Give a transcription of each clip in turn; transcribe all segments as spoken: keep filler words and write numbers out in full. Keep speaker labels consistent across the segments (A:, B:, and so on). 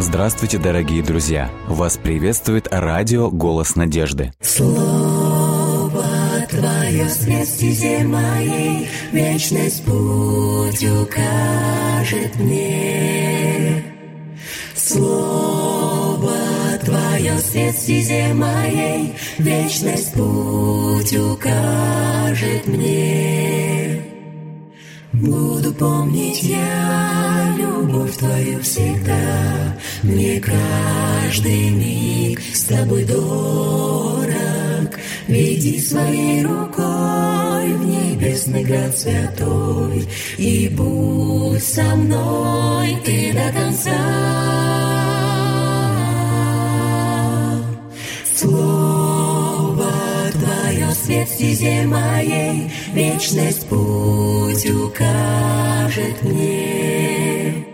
A: Здравствуйте, дорогие друзья! Вас приветствует радио «Голос надежды».
B: Слово Твое свет стезе моей, вечность путь укажет мне. Слово Твое свет стезе моей, вечность путь укажет мне. Буду помнить я любовь Твою всегда, мне каждый миг с Тобой дорог. Веди своей рукой в небесный град святой, и будь со мной Ты до конца. Слово Твое свет стезе моей, вечность путь укажет мне.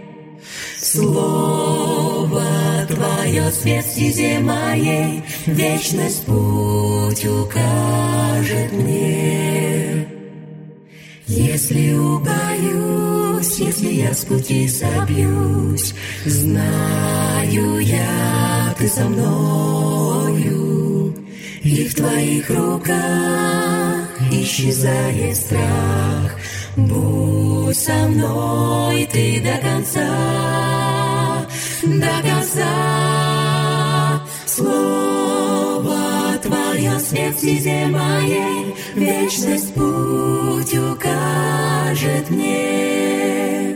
B: Слово Твое свет стезе моей, вечность путь укажет мне. Если убоюсь, если я с пути собьюсь, знаю я, Ты со мною, и в Твоих руках исчезает страх. Будь со мной Ты до конца, до конца. Слово Твое свет стезе моей, вечность путь укажет мне.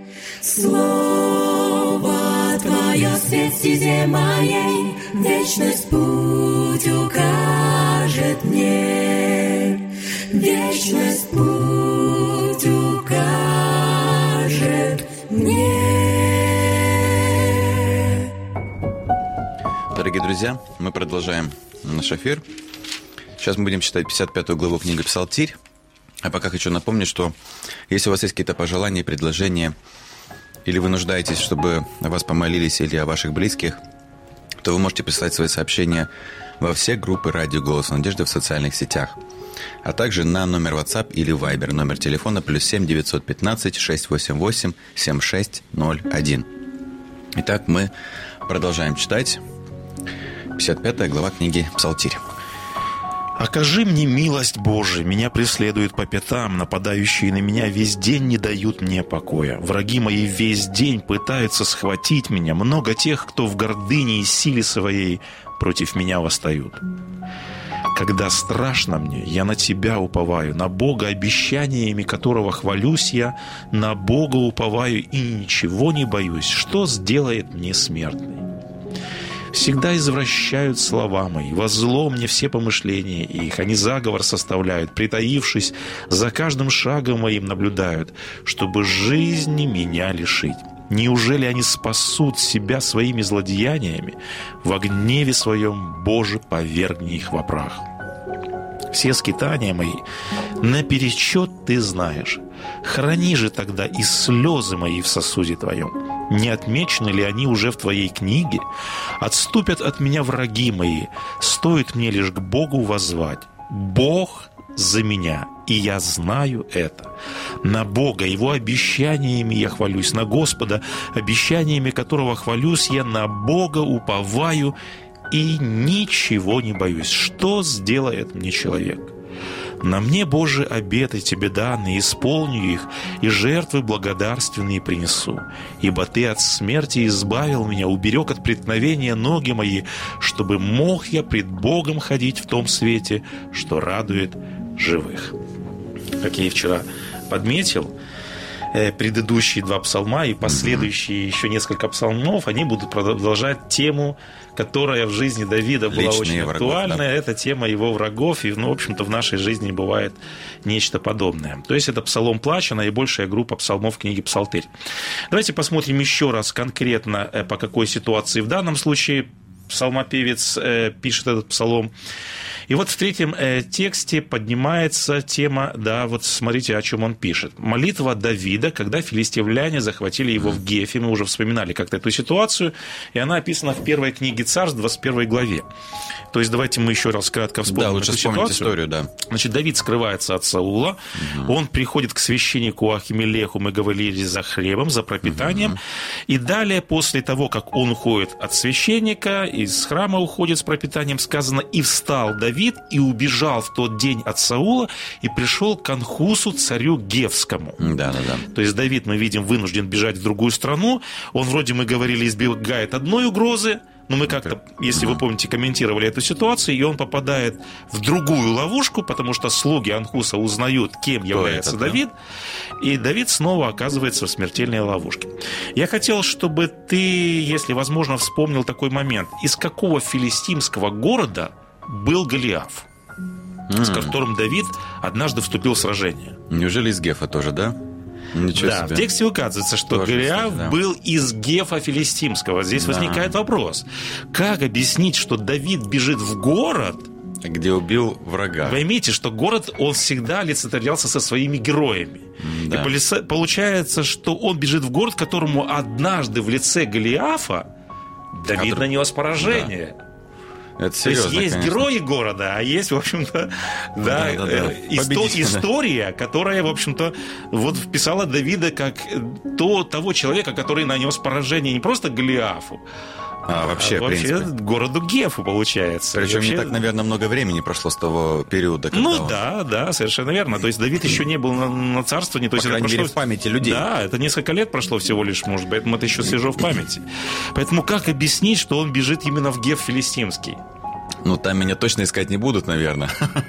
B: Слово Твое свет стезе моей, вечность путь укажет мне. Вечность путь укажет мне.
C: Дорогие друзья, мы продолжаем наш эфир. Сейчас мы будем читать пятьдесят пятую главу книги «Псалтирь». А пока хочу напомнить, что если у вас есть какие-то пожелания, предложения, или вы нуждаетесь, чтобы о вас помолились или о ваших близких, то вы можете прислать свои сообщения во все группы «Радио Голос Надежды» в социальных сетях, а также на номер WhatsApp или Viber, номер телефона плюс семь девятьсот пятнадцать шестьсот восемьдесят восемь семьдесят шесть ноль один. Итак, мы продолжаем читать пятьдесят пятая глава книги «Псалтирь».
D: «Окажи мне милость, Божия, меня преследуют по пятам, нападающие на меня весь день не дают мне покоя. Враги мои весь день пытаются схватить меня, много тех, кто в гордыне и силе своей против меня восстают. Когда страшно мне, я на Тебя уповаю, на Бога, обещаниями которого хвалюсь я, на Бога уповаю и ничего не боюсь, что сделает мне смертный. Всегда извращают слова мои, во зло мне все помышления их, они заговор составляют, притаившись, за каждым шагом моим наблюдают, чтобы жизни меня лишить. Неужели они спасут себя своими злодеяниями? Во гневе своем, Боже, повергни их во прах. Все скитания мои наперечет Ты знаешь. Храни же тогда и слезы мои в сосуде Твоем. Не отмечены ли они уже в Твоей книге? Отступят от меня враги мои. Стоит мне лишь к Богу воззвать. Бог за меня, и я знаю это. На Бога, Его обещаниями я хвалюсь, на Господа, обещаниями которого хвалюсь я, на Бога уповаю и ничего не боюсь. Что сделает мне человек? На мне, Боже, обеты Тебе данные, исполню их, и жертвы благодарственные принесу. Ибо Ты от смерти избавил меня, уберег от преткновения ноги мои, чтобы мог я пред Богом ходить в том свете, что радует живых». Как я и вчера подметил, предыдущие два псалма и последующие еще несколько псалмов, они будут продолжать тему, которая в жизни Давида была Личные очень врагов, актуальна. Да? Это тема его врагов, и, ну, в общем-то, в нашей жизни бывает нечто подобное. То есть это псалом плача, наибольшая группа псалмов книги «Псалтырь». Давайте посмотрим еще раз конкретно, по какой ситуации в данном случае псалмопевец пишет этот псалом. И вот в третьем э, тексте поднимается тема, да, вот смотрите, о чем он пишет. Молитва Давида, когда филистимляне захватили его в Гефе. Мы уже вспоминали как-то эту ситуацию, и она описана в первой книге Царств, двадцать первой главе. То есть давайте мы еще раз кратко вспомним
C: да, лучше
D: эту
C: вспомнить
D: ситуацию.
C: историю, да.
D: Значит, Давид скрывается от Саула, угу. он приходит к священнику Ахимелеху, мы говорили, за хлебом, за пропитанием, угу. и далее, после того, как он уходит от священника, из храма уходит с пропитанием, сказано, и встал Давид, и убежал в тот день от Саула, и пришел к Анхусу, царю Гевскому.
C: Да, да, да.
D: То есть Давид, мы видим, вынужден бежать в другую страну, он вроде, мы говорили, избегает одной угрозы, но мы как-то, если вы помните, комментировали эту ситуацию, и он попадает в другую ловушку, потому что слуги Анхуса узнают, кем является это, Давид, да? И Давид снова оказывается в смертельной ловушке. Я хотел, чтобы ты, если возможно, вспомнил такой момент. Из какого филистимского города был Голиаф, mm. с которым Давид однажды вступил в сражение?
C: Неужели из Гефа тоже, да? Ничего
D: да,
C: себе.
D: В тексте указывается, что тоже Голиаф да. был из Гефа филистимского. Здесь да. возникает вопрос. Как объяснить, что Давид бежит в город,
C: где убил врага?
D: Вы поймите, что город, он всегда олицетворялся со своими героями. Да. И получается, что он бежит в город, которому однажды в лице Голиафа Давид а нанес поражение. Да.
C: Это серьезно,
D: то есть есть
C: конечно.
D: Герои города, а есть, в общем-то, да,
C: да, да, да.
D: Исто- история, которая, в общем-то, вот вписала Давида как то, того человека, который нанес поражение не просто Голиафу,
C: А, вообще,
D: а вообще городу Гефу, получается.
C: Причем
D: вообще...
C: не так, наверное, много времени прошло с того периода, когда
D: Ну
C: он...
D: да, да, совершенно верно. То есть Давид еще не был на, на царствовании. То
C: По
D: есть
C: крайней
D: это прошло...
C: мере, в памяти людей.
D: Да, это несколько лет прошло всего лишь, может быть, поэтому это еще свежо в памяти. Поэтому как объяснить, что он бежит именно в Геф филистимский?
C: Ну, там меня точно искать не будут, наверное.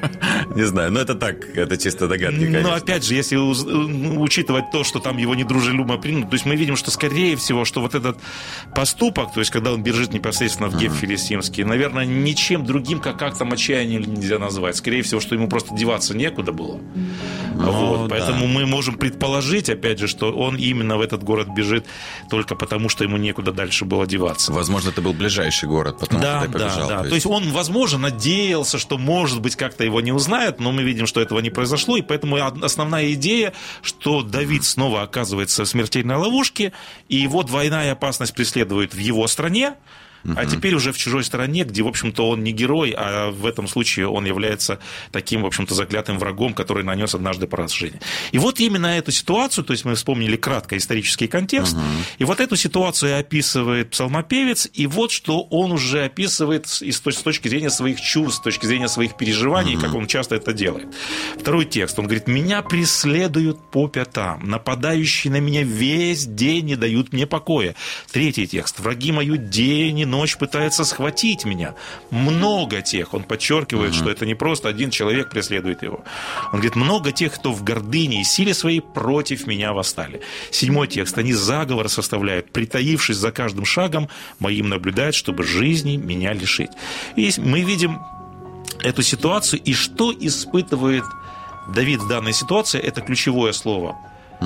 C: Не знаю, но это так, это чисто догадки, конечно.
D: Но опять же, если учитывать то, что там его недружелюбно приняли, то есть мы видим, что скорее всего, что вот этот поступок, то есть когда он бежит непосредственно в Геф филистимский, наверное, ничем другим, как актом отчаяния нельзя назвать. Скорее всего, что ему просто деваться некуда было.
C: Ну,
D: вот,
C: да.
D: Поэтому мы можем предположить, опять же, что он именно в этот город бежит только потому, что ему некуда дальше было деваться.
C: Возможно, это был ближайший город, потому
D: да,
C: что ты побежал.
D: Да, да.
C: То есть...
D: то есть он, возможно, надеялся, что, может быть, как-то его не узнают, но мы видим, что этого не произошло, и поэтому основная идея, что Давид снова оказывается в смертельной ловушке, и его двойная опасность преследует в его стране, Uh-huh. а теперь уже в чужой стране, где, в общем-то, он не герой, а в этом случае он является таким, в общем-то, заклятым врагом, который нанес однажды поражение. И вот именно эту ситуацию, то есть мы вспомнили кратко исторический контекст, uh-huh. и вот эту ситуацию описывает псалмопевец, и вот что он уже описывает с точки зрения своих чувств, с точки зрения своих переживаний, uh-huh. как он часто это делает. Второй текст, он говорит: «Меня преследуют по пятам, нападающие на меня весь день не дают мне покоя». Третий текст: «Враги мою день и ночь пытается схватить меня». Много тех, он подчеркивает, uh-huh. что это не просто один человек преследует его. Он говорит: много тех, кто в гордыне и силе своей против меня восстали. Седьмой текст: они заговор составляют, притаившись за каждым шагом моим наблюдают, чтобы жизни меня лишить. И мы видим эту ситуацию, и что испытывает Давид в данной ситуации, это ключевое слово.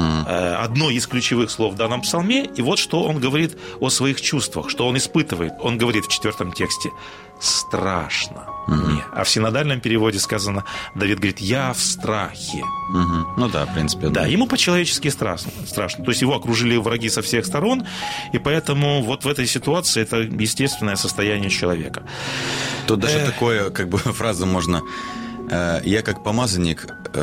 D: Одно из ключевых слов в данном псалме, и вот что он говорит о своих чувствах, что он испытывает. Он говорит в четвертом тексте: страшно мне. А в синодальном переводе сказано, Давид говорит: я в страхе.
C: Угу. Ну да, в принципе.
D: Да, да, ему по-человечески страшно, страшно. То есть его окружили враги со всех сторон, и поэтому вот в этой ситуации это естественное состояние человека.
C: Тут даже такое, как бы, фразу можно: я как помазанник,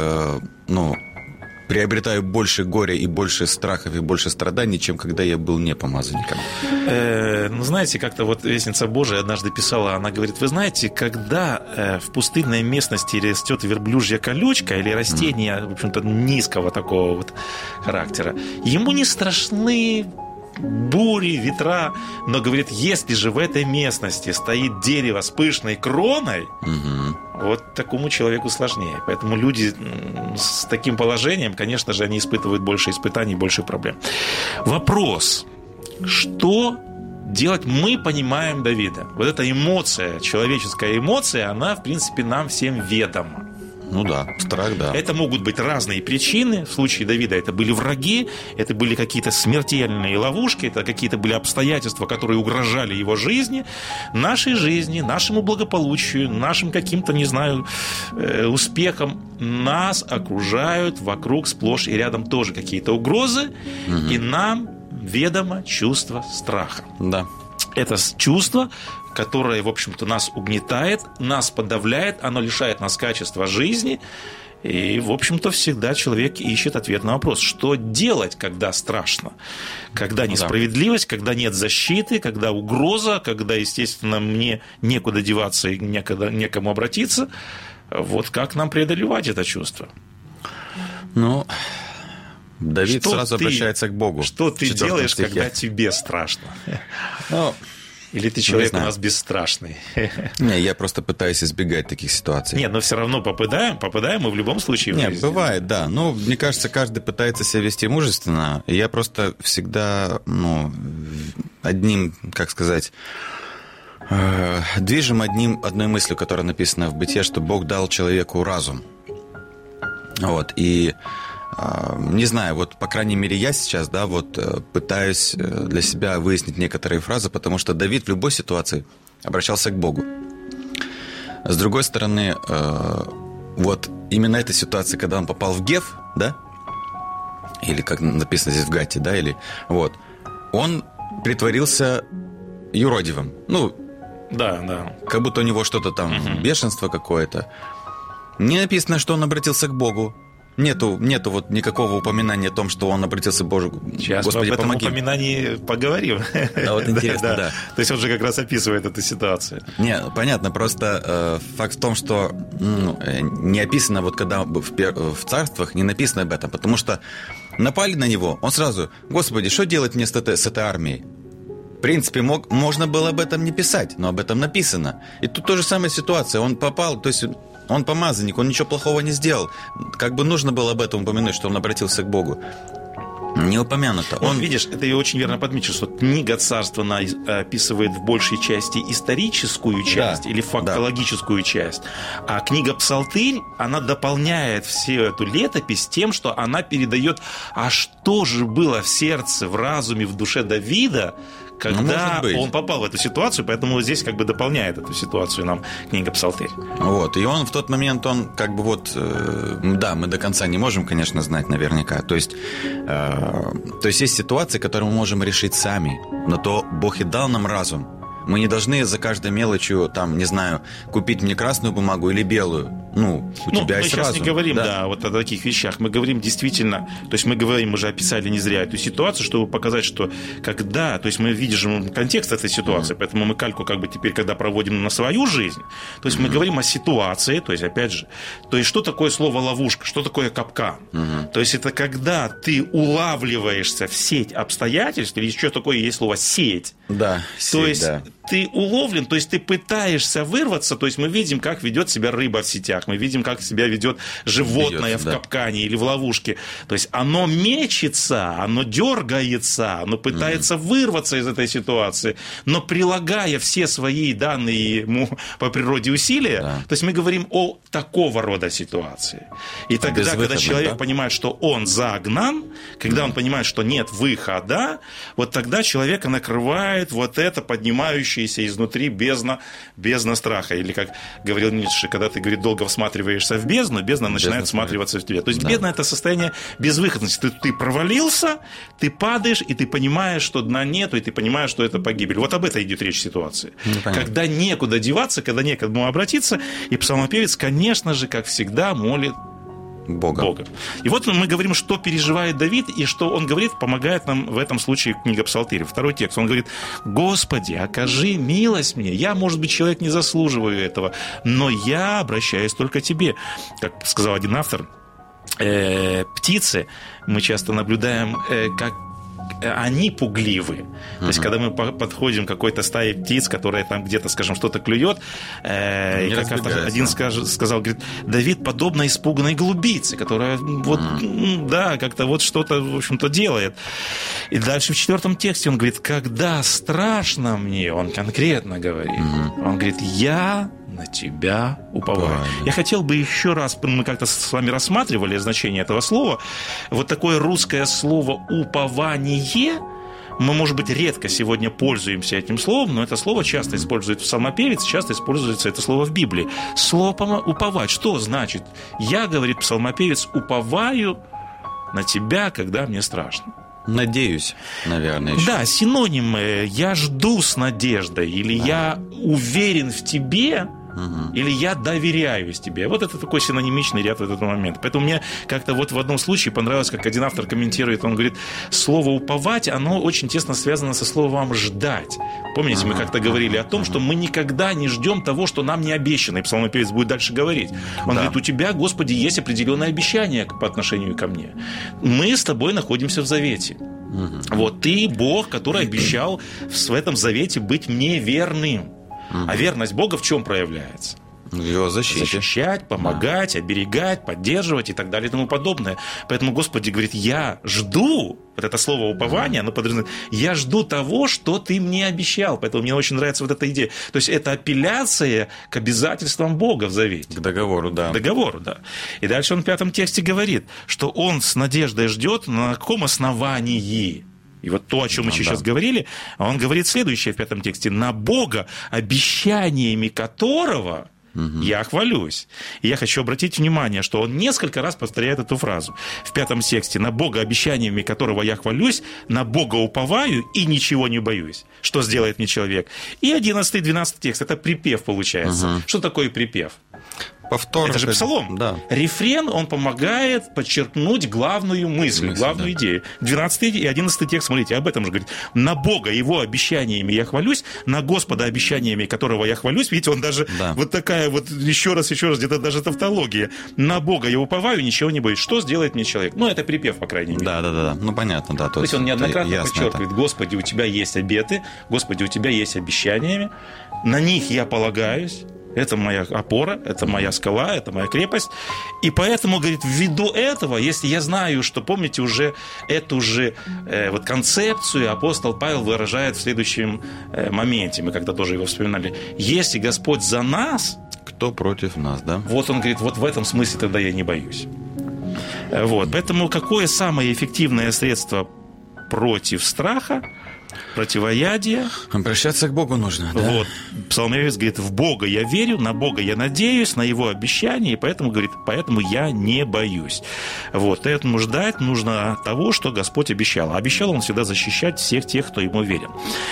C: ну, приобретаю больше горя и больше страхов и больше страданий, чем когда я был не помазанником.
D: Э, ну, знаете, как-то вот Вестница Божия однажды писала, она говорит: вы знаете, когда э, в пустынной местности растет верблюжья колючка или растение, mm. в общем-то, низкого такого вот характера, ему не страшны бури, ветра, но, говорит, если же в этой местности стоит дерево с пышной кроной, угу. вот такому человеку сложнее. Поэтому люди с таким положением, конечно же, они испытывают больше испытаний, больше проблем. Вопрос: что делать? Мы понимаем Давида. Вот эта эмоция, человеческая эмоция, она, в принципе, нам всем ведома.
C: Ну да, страх, да.
D: Это могут быть разные причины. В случае Давида это были враги, это были какие-то смертельные ловушки, это какие-то были обстоятельства, которые угрожали его жизни, нашей жизни, нашему благополучию, нашим каким-то, не знаю, успехам. Нас окружают вокруг сплошь и рядом тоже какие-то угрозы, угу. и нам ведомо чувство страха.
C: Да.
D: Это чувство, которое, в общем-то, нас угнетает, нас подавляет, оно лишает нас качества жизни. И, в общем-то, всегда человек ищет ответ на вопрос, что делать, когда страшно, когда несправедливость, да. когда нет защиты, когда угроза, когда, естественно, мне некуда деваться и некуда, некому обратиться. Вот как нам преодолевать это чувство?
C: Ну, Давид
D: что
C: сразу
D: ты,
C: обращается к Богу.
D: Что ты делаешь, стихе. Когда тебе страшно?
C: Ну,
D: Или ты человек у нас бесстрашный?
C: Не, я просто пытаюсь избегать таких ситуаций.
D: Нет, но все равно попадаем, попадаем мы в любом случае в
C: Нет,
D: жизнь.
C: бывает, да. Ну, мне кажется, каждый пытается себя вести мужественно. И я просто всегда, ну, одним, как сказать, э, движим одним, одной мыслью, которая написана в Бытие, что Бог дал человеку разум. Вот, и не знаю, вот, по крайней мере, я сейчас, да, вот, пытаюсь для себя выяснить некоторые фразы, потому что Давид в любой ситуации обращался к Богу. С другой стороны, вот именно эта ситуация, когда он попал в Гев, да, или как написано здесь в Гате, да, или, вот, он притворился юродивым. Ну,
D: да, да.
C: Как будто у него что-то там, угу. бешенство какое-то. Не написано, что он обратился к Богу. Нету, нету вот никакого упоминания о том, что он обратился к Богу.
D: Сейчас
C: Господи,
D: мы об этом
C: помоги.
D: упоминании поговорим.
C: Да, вот интересно, да, да.
D: да. То есть он же как раз описывает эту ситуацию.
C: Не, понятно, просто э, факт в том, что ну, не описано, вот когда в, в царствах, не написано об этом, потому что напали на него, он сразу, Господи, что делать мне с этой, с этой армией? В принципе, мог, можно было об этом не писать, но об этом написано. И тут та же самая ситуация, он попал, то есть... Он помазанник, он ничего плохого не сделал. Как бы нужно было об этом упомянуть, что он обратился к Богу. Не упомянуто.
D: Он, видишь, это я очень верно подмечу, что книга «Царство» она описывает в большей части историческую часть, да, или фактологическую, да, часть. А книга «Псалтырь», она дополняет всю эту летопись тем, что она передает, а что же было в сердце, в разуме, в душе Давида, когда ну, он попал в эту ситуацию, поэтому здесь как бы дополняет эту ситуацию нам книга «Псалтырь».
C: Вот, и он в тот момент, он как бы вот, э, да, мы до конца не можем, конечно, знать наверняка, то есть, э, то есть есть ситуации, которые мы можем решить сами, но то Бог и дал нам разум. Мы не должны за каждой мелочью, там, не знаю, купить мне красную бумагу или белую. Ну, у
D: ну,
C: тебя
D: мы
C: есть
D: сейчас
C: разум.
D: Не говорим,
C: да?
D: да, вот о таких вещах. Мы говорим действительно, то есть мы говорим, мы же описали не зря эту ситуацию, чтобы показать, что когда, то есть мы видим контекст этой ситуации, mm-hmm. поэтому мы кальку как бы теперь, когда проводим на свою жизнь, то есть mm-hmm. мы говорим о ситуации, то есть опять же, то есть что такое слово ловушка, что такое капкан? Mm-hmm. То есть это когда ты улавливаешься в сеть обстоятельств, или еще такое есть слово сеть.
C: Да, сеть,
D: то есть
C: да.
D: Ты уловлен, то есть ты пытаешься вырваться, то есть мы видим, как ведет себя рыба в сетях, мы видим, как себя ведет животное ведет, в да. капкане или в ловушке. То есть оно мечется, оно дергается, оно пытается mm-hmm. вырваться из этой ситуации, но прилагая все свои данные ему по природе усилия, да. то есть мы говорим о такого рода ситуации. И тогда, когда человек да? понимает, что он загнан, когда mm-hmm. он понимает, что нет выхода, вот тогда человека накрывает вот это поднимающее изнутри бездна, бездна страха. Или, как говорил Ницше, когда ты, говорит, долго всматриваешься в бездну, бездна начинает бездна всматриваться в тебя. То есть да. бездна – это состояние безвыходности. Ты, ты провалился, ты падаешь, и ты понимаешь, что дна нету, и ты понимаешь, что это погибель. Вот об этом идет речь ситуации. Когда некуда деваться, когда некому обратиться, и псалмопевец, конечно же, как всегда, молит Бога. Бога. И вот мы говорим, что переживает Давид, и что он говорит, помогает нам в этом случае книга Псалтырь. Второй текст, он говорит: «Господи, окажи милость мне, я, может быть, человек, не заслуживаю этого, но я обращаюсь только к Тебе». Как сказал один автор, э, птицы мы часто наблюдаем, э, как они пугливы. Uh-huh. То есть, когда мы подходим к какой-то стае птиц, которая там где-то, скажем, что-то клюет, э, и как автор один скаж, сказал, говорит, Давид подобно испуганной голубице, которая вот, uh-huh. да, как-то вот что-то, в общем-то, делает. И дальше в четвертом тексте он говорит, когда страшно мне, он конкретно говорит, uh-huh. он говорит, я на тебя уповаю.
C: Правильно.
D: Я хотел бы еще раз, мы как-то с вами рассматривали значение этого слова, вот такое русское слово «упование». Мы, может быть, редко сегодня пользуемся этим словом, но это слово часто использует псалмопевец, часто используется это слово в Библии. Слово «уповать». Что значит? Я, говорит псалмопевец, уповаю на тебя, когда мне страшно.
C: Надеюсь, наверное, еще.
D: Да, синонимы «я жду с надеждой» или да. «я уверен в тебе», угу. или «я доверяюсь тебе». Вот это такой синонимичный ряд в этот момент. Поэтому мне как-то вот в одном случае понравилось, как один автор комментирует, он говорит, слово «уповать», оно очень тесно связано со словом «ждать». Помните, угу. мы как-то говорили о том, угу. что мы никогда не ждем того, что нам не обещано. И псалмопевец будет дальше говорить. Он да. говорит, у тебя, Господи, есть определенное обещание по отношению ко мне. Мы с тобой находимся в завете. Угу. Вот ты Бог, который обещал в этом завете быть мне верным. Угу. А верность Бога в чем проявляется?
C: В его защите.
D: Защищать, помогать, да. оберегать, поддерживать и так далее и тому подобное. Поэтому Господи говорит, я жду, вот это слово упование, оно подразумевает, я жду того, что ты мне обещал. Поэтому мне очень нравится вот эта идея. То есть это апелляция к обязательствам Бога в завете.
C: К договору, да.
D: К договору, да. И дальше он в пятом тексте говорит, что он с надеждой ждет, на каком основании. И вот то, о чем мы ну, сейчас да. говорили, он говорит следующее в пятом тексте. На Бога, обещаниями которого угу. я хвалюсь. И я хочу обратить внимание, что он несколько раз повторяет эту фразу. В пятом тексте. На Бога, обещаниями которого я хвалюсь, на Бога уповаю и ничего не боюсь. Что сделает мне человек? И одиннадцатый, двенадцатый текст. Это припев получается. Угу. Что такое припев?
C: Повтор.
D: Это же псалом.
C: Да.
D: Рефрен, он помогает подчеркнуть главную мысль, мысль главную да. идею. двенадцатый и одиннадцатый текст, смотрите, об этом же говорит. На Бога, его обещаниями я хвалюсь, на Господа, обещаниями которого я хвалюсь. Видите, он даже да. вот такая вот, еще раз, еще раз, где-то даже тавтология. На Бога я уповаю, ничего не боюсь. Что сделает мне человек? Ну, это припев, по крайней мере.
C: Да, да, да. Ну, понятно, да.
D: То, то есть он неоднократно подчеркивает, это. Господи, у тебя есть обеты, Господи, у тебя есть обещаниями, на них я полагаюсь. Это моя опора, это моя скала, это моя крепость. И поэтому, говорит, ввиду этого, если я знаю, что, помните, уже эту же э, вот концепцию апостол Павел выражает в следующем э, моменте, мы когда тоже его вспоминали. Если Господь за нас...
C: Кто против нас, да?
D: Вот он говорит, вот в этом смысле тогда я не боюсь. Вот. Поэтому какое самое эффективное средство против страха? Противоядие.
C: Обращаться к Богу нужно, да?
D: Вот. Псалмопевец говорит, в Бога я верю, на Бога я надеюсь, на Его обещания, и поэтому, говорит, поэтому я не боюсь. Вот. Поэтому ждать нужно того, что Господь обещал. А обещал Он всегда защищать всех тех, кто Ему верен.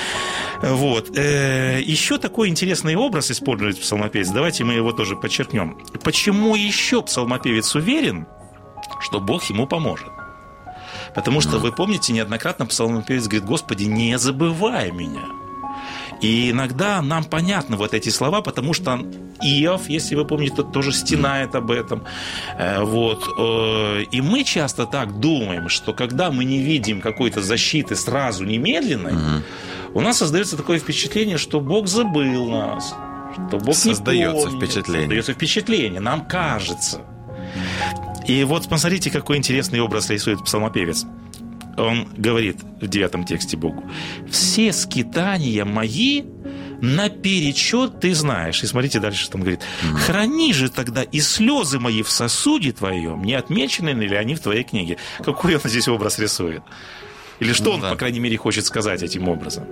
D: Вот. Еще такой интересный образ использует псалмопевец. Давайте мы его тоже подчеркнем. Почему еще псалмопевец уверен, что Бог ему поможет? Потому что, вы помните, неоднократно псалмопевец говорит, Господи, не забывай меня. И иногда нам понятны вот эти слова, потому что Иов, если вы помните, тоже стенает об этом. Вот. И мы часто так думаем, что когда мы не видим какой-то защиты сразу, немедленной, угу. у нас создается такое впечатление, что Бог забыл нас, что Бог
C: создается
D: не помнит.
C: Впечатление.
D: Создается впечатление, нам кажется. И вот посмотрите, какой интересный образ рисует псалмопевец. Он говорит в девятом тексте Богу: «Все скитания мои наперечет ты знаешь». И смотрите дальше, что он говорит: «Храни же тогда и слезы мои в сосуде твоем, не отмечены ли они в твоей книге». Какой он здесь образ рисует? Или что ну, он, да. по крайней мере, хочет сказать этим образом?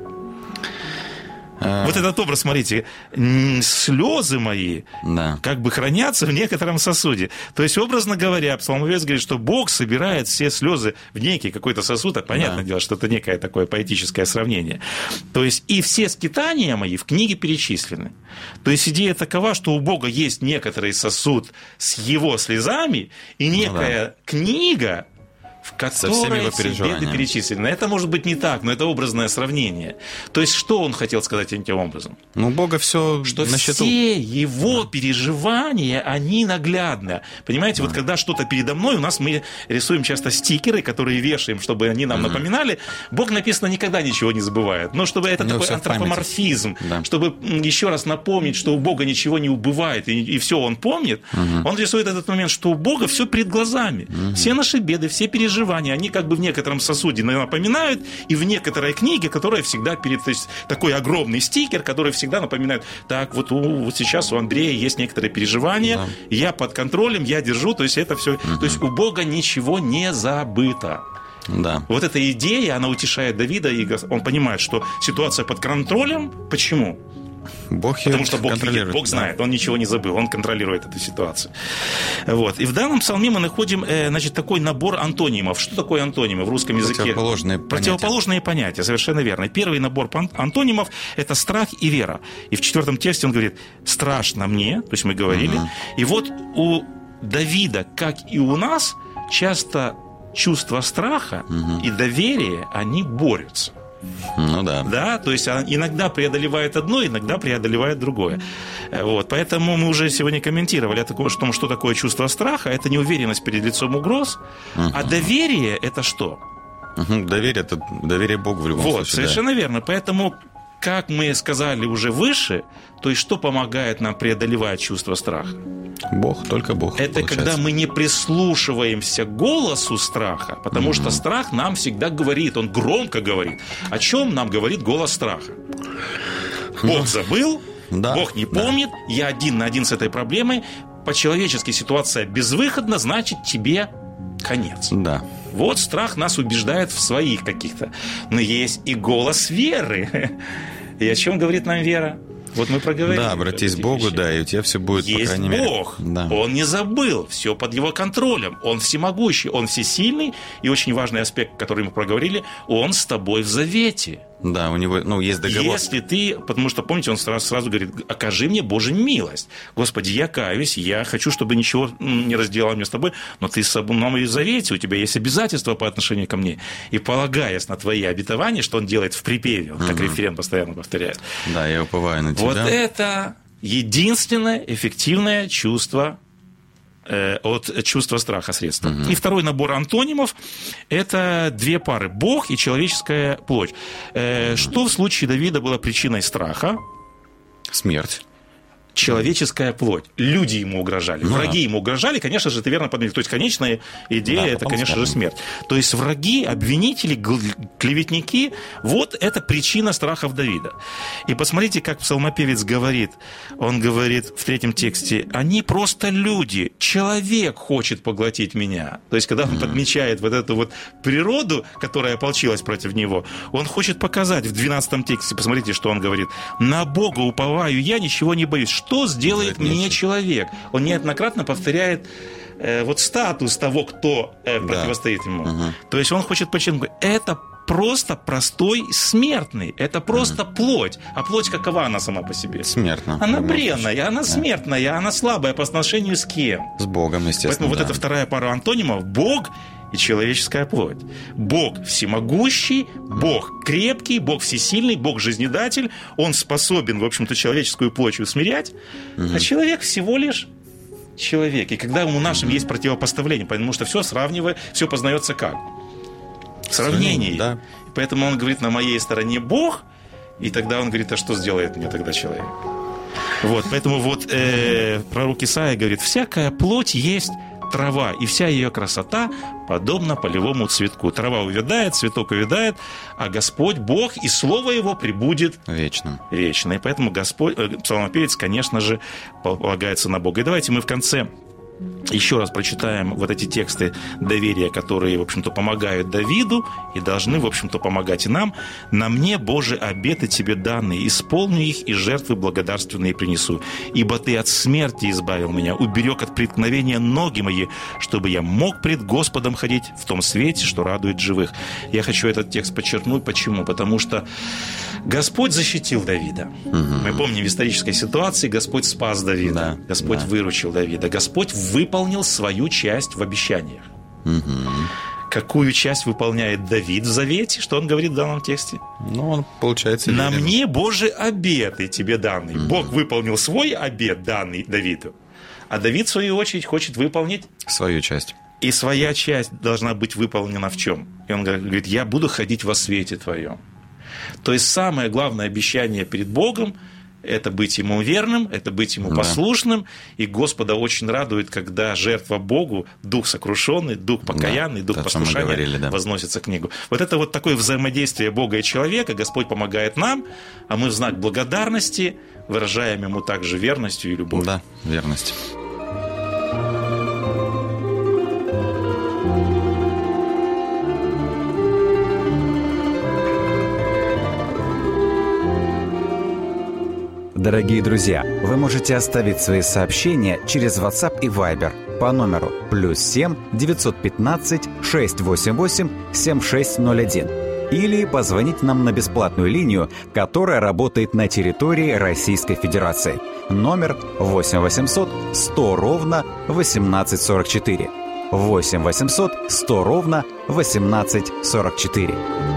D: А... Вот этот образ, смотрите, слезы мои да. как бы хранятся в некотором сосуде. То есть, образно говоря, псалмопевец говорит, что Бог собирает все слезы в некий какой-то сосуд. А понятное да. дело, что это некое такое поэтическое сравнение. То есть, и все скитания мои в книге перечислены. То есть, идея такова, что у Бога есть некоторый сосуд с его слезами и некая ну, да. книга, в которой все беды перечислены. Это может быть не так, но это образное сравнение. То есть, что он хотел сказать этим образом?
C: Ну, у Бога все
D: что
C: на счету.
D: Все его да. переживания, они наглядны. Понимаете, да. вот когда что-то передо мной, у нас мы рисуем часто стикеры, которые вешаем, чтобы они нам угу. напоминали. Бог, написано, никогда ничего не забывает. Но чтобы это такой антропоморфизм, да. чтобы еще раз напомнить, что у Бога ничего не убывает, и, и все он помнит, угу. он рисует этот момент, что у Бога все перед глазами. Угу. Все наши беды, все переживания, переживания, они как бы в некотором сосуде напоминают, и в некоторой книге, которая всегда перед... То есть такой огромный стикер, который всегда напоминает, так, вот, у, вот сейчас у Андрея есть некоторые переживания, да. я под контролем, я держу, то есть это все... Угу. То есть у Бога ничего не забыто.
C: Да.
D: Вот эта идея, она утешает Давида, и он понимает, что ситуация под контролем. Почему?
C: Бог
D: Потому что Бог видит, Бог знает, да. Он ничего не забыл, он контролирует эту ситуацию. Вот. И в данном псалме мы находим, значит, такой набор антонимов. Что такое антонимы в русском языке?
C: Противоположные понятия.
D: Противоположные понятия, совершенно верно. Первый набор антонимов – это страх и вера. И в четвертом тексте он говорит: «Страшно мне», то есть мы говорили. Угу. И вот у Давида, как и у нас, часто чувство страха угу. и доверия, они борются.
C: Ну да.
D: Да, то есть иногда преодолевает одно, иногда преодолевает другое. Вот, поэтому мы уже сегодня комментировали о том, что такое чувство страха. Это неуверенность перед лицом угроз. Uh-huh. А доверие – это что?
C: Uh-huh. Доверие – это доверие Богу в любом
D: вот,
C: случае.
D: Совершенно
C: да.
D: верно. Поэтому, как мы сказали уже выше, то есть что помогает нам преодолевать чувство страха?
C: Бог, только Бог.
D: Это получается. Когда мы не прислушиваемся к голосу страха, потому mm-hmm. что страх нам всегда говорит, он громко говорит. О чем нам говорит голос страха? Бог забыл, да, Бог не помнит, да. я один на один с этой проблемой, по-человечески ситуация безвыходна, значит, тебе конец.
C: Да.
D: Вот страх нас убеждает в своих каких-то. Но есть и голос веры. И о чем говорит нам вера? Вот мы проговорили.
C: Да, обратись к Богу, вещей. Да, и у тебя все будет,
D: есть
C: по крайней
D: Бог.
C: мере. Да.
D: Он не забыл, все под его контролем. Он всемогущий, он всесильный. И очень важный аспект, который мы проговорили, он с тобой в завете.
C: Да, у него, ну, есть договор.
D: Если ты, потому что, помните, он сразу, сразу говорит: окажи мне, Боже, милость. Господи, я каюсь, я хочу, чтобы ничего не разделало мне с тобой, но ты со мной в завете, у тебя есть обязательства по отношению ко мне. И полагаясь на твои обетования, что он делает в припеве, он, как угу. референт постоянно повторяет.
C: Да, я уповаю на тебя.
D: Вот это единственное эффективное чувство от чувства страха средства. Uh-huh. И второй набор антонимов – это две пары – Бог и человеческая плоть. Uh-huh. Что в случае Давида было причиной страха?
C: Смерть.
D: Человеческая плоть. Люди ему угрожали, ну, враги да. ему угрожали, конечно же, ты верно подметил. То есть, конечная идея да, – это, конечно скажем. же, смерть. То есть, враги, обвинители, клеветники – вот это причина страхов Давида. И посмотрите, как псалмопевец говорит. Он говорит в третьем тексте: «Они просто люди, человек хочет поглотить меня». То есть, когда он mm-hmm. подмечает вот эту вот природу, которая ополчилась против него, он хочет показать в двенадцатом тексте, посмотрите, что он говорит: «На Бога уповаю я, ничего не боюсь». Что сделает мне нечего. человек? Он неоднократно повторяет э, вот статус того, кто э, да. противостоит ему. Угу. То есть он хочет подчеркнуть: это просто простой смертный, это просто угу. плоть. А плоть какова она сама по себе?
C: Смертна.
D: Она бренная, она да. смертная, она слабая по отношению с кем?
C: С Богом, естественно.
D: Поэтому
C: да.
D: вот эта вторая пара антонимов – Бог и человеческая плоть. Бог всемогущий, Бог крепкий, Бог всесильный, Бог жизнедатель. Он способен, в общем-то, человеческую плоть усмирять, угу. а человек всего лишь человек. И когда у нашем угу. есть противопоставление, потому что все сравнивая, все познается как? Сравнение. Да. Поэтому он говорит: на моей стороне Бог, и тогда он говорит: а что сделает мне тогда человек? Вот, поэтому вот э, пророк Исаия говорит: всякая плоть есть трава, и вся ее красота подобна полевому цветку. Трава увядает, цветок увядает, а Господь, Бог, и Слово Его пребудет
C: вечно.
D: Вечно. И поэтому Господь, э, псалмопевец, конечно же, полагается на Бога. И давайте мы в конце еще раз прочитаем вот эти тексты доверия, которые, в общем-то, помогают Давиду и должны, в общем-то, помогать и нам. «На мне, Боже, обеты тебе данные, исполню их и жертвы благодарственные принесу. Ибо ты от смерти избавил меня, уберег от преткновения ноги мои, чтобы я мог пред Господом ходить в том свете, что радует живых». Я хочу этот текст подчеркнуть. Почему? Потому что Господь защитил Давида. Угу. Мы помним в исторической ситуации, Господь спас Давида, да, Господь да. выручил Давида, Господь выполнил свою часть в обещаниях. Угу. Какую часть выполняет Давид в завете? Что он говорит в данном тексте?
C: Ну, он, получается...
D: «На верен. мне, Боже, обеты тебе данный». Угу. Бог выполнил свой обет, данный Давиду. А Давид, в свою очередь, хочет выполнить...
C: свою часть.
D: И своя часть должна быть выполнена в чем? И он говорит: «Я буду ходить во свете твоем». То есть самое главное обещание перед Богом – это быть Ему верным, это быть Ему
C: да.
D: послушным. И Господа очень радует, когда жертва Богу, дух сокрушенный, дух покаянный, да, дух послушания говорили, да. возносится к Нему. Вот это вот такое взаимодействие Бога и человека. Господь помогает нам, а мы в знак благодарности выражаем Ему также верностью и любовью.
C: Да, верность.
A: Дорогие друзья, вы можете оставить свои сообщения через WhatsApp и Viber по номеру плюс семь девятьсот пятнадцать шестьсот восемьдесят восемь семьдесят шесть ноль один или позвонить нам на бесплатную линию, которая работает на территории Российской Федерации. Номер восемь восемьсот сто ровно восемнадцать сорок четыре. восемь восемьсот сто ровно восемнадцать сорок четыре.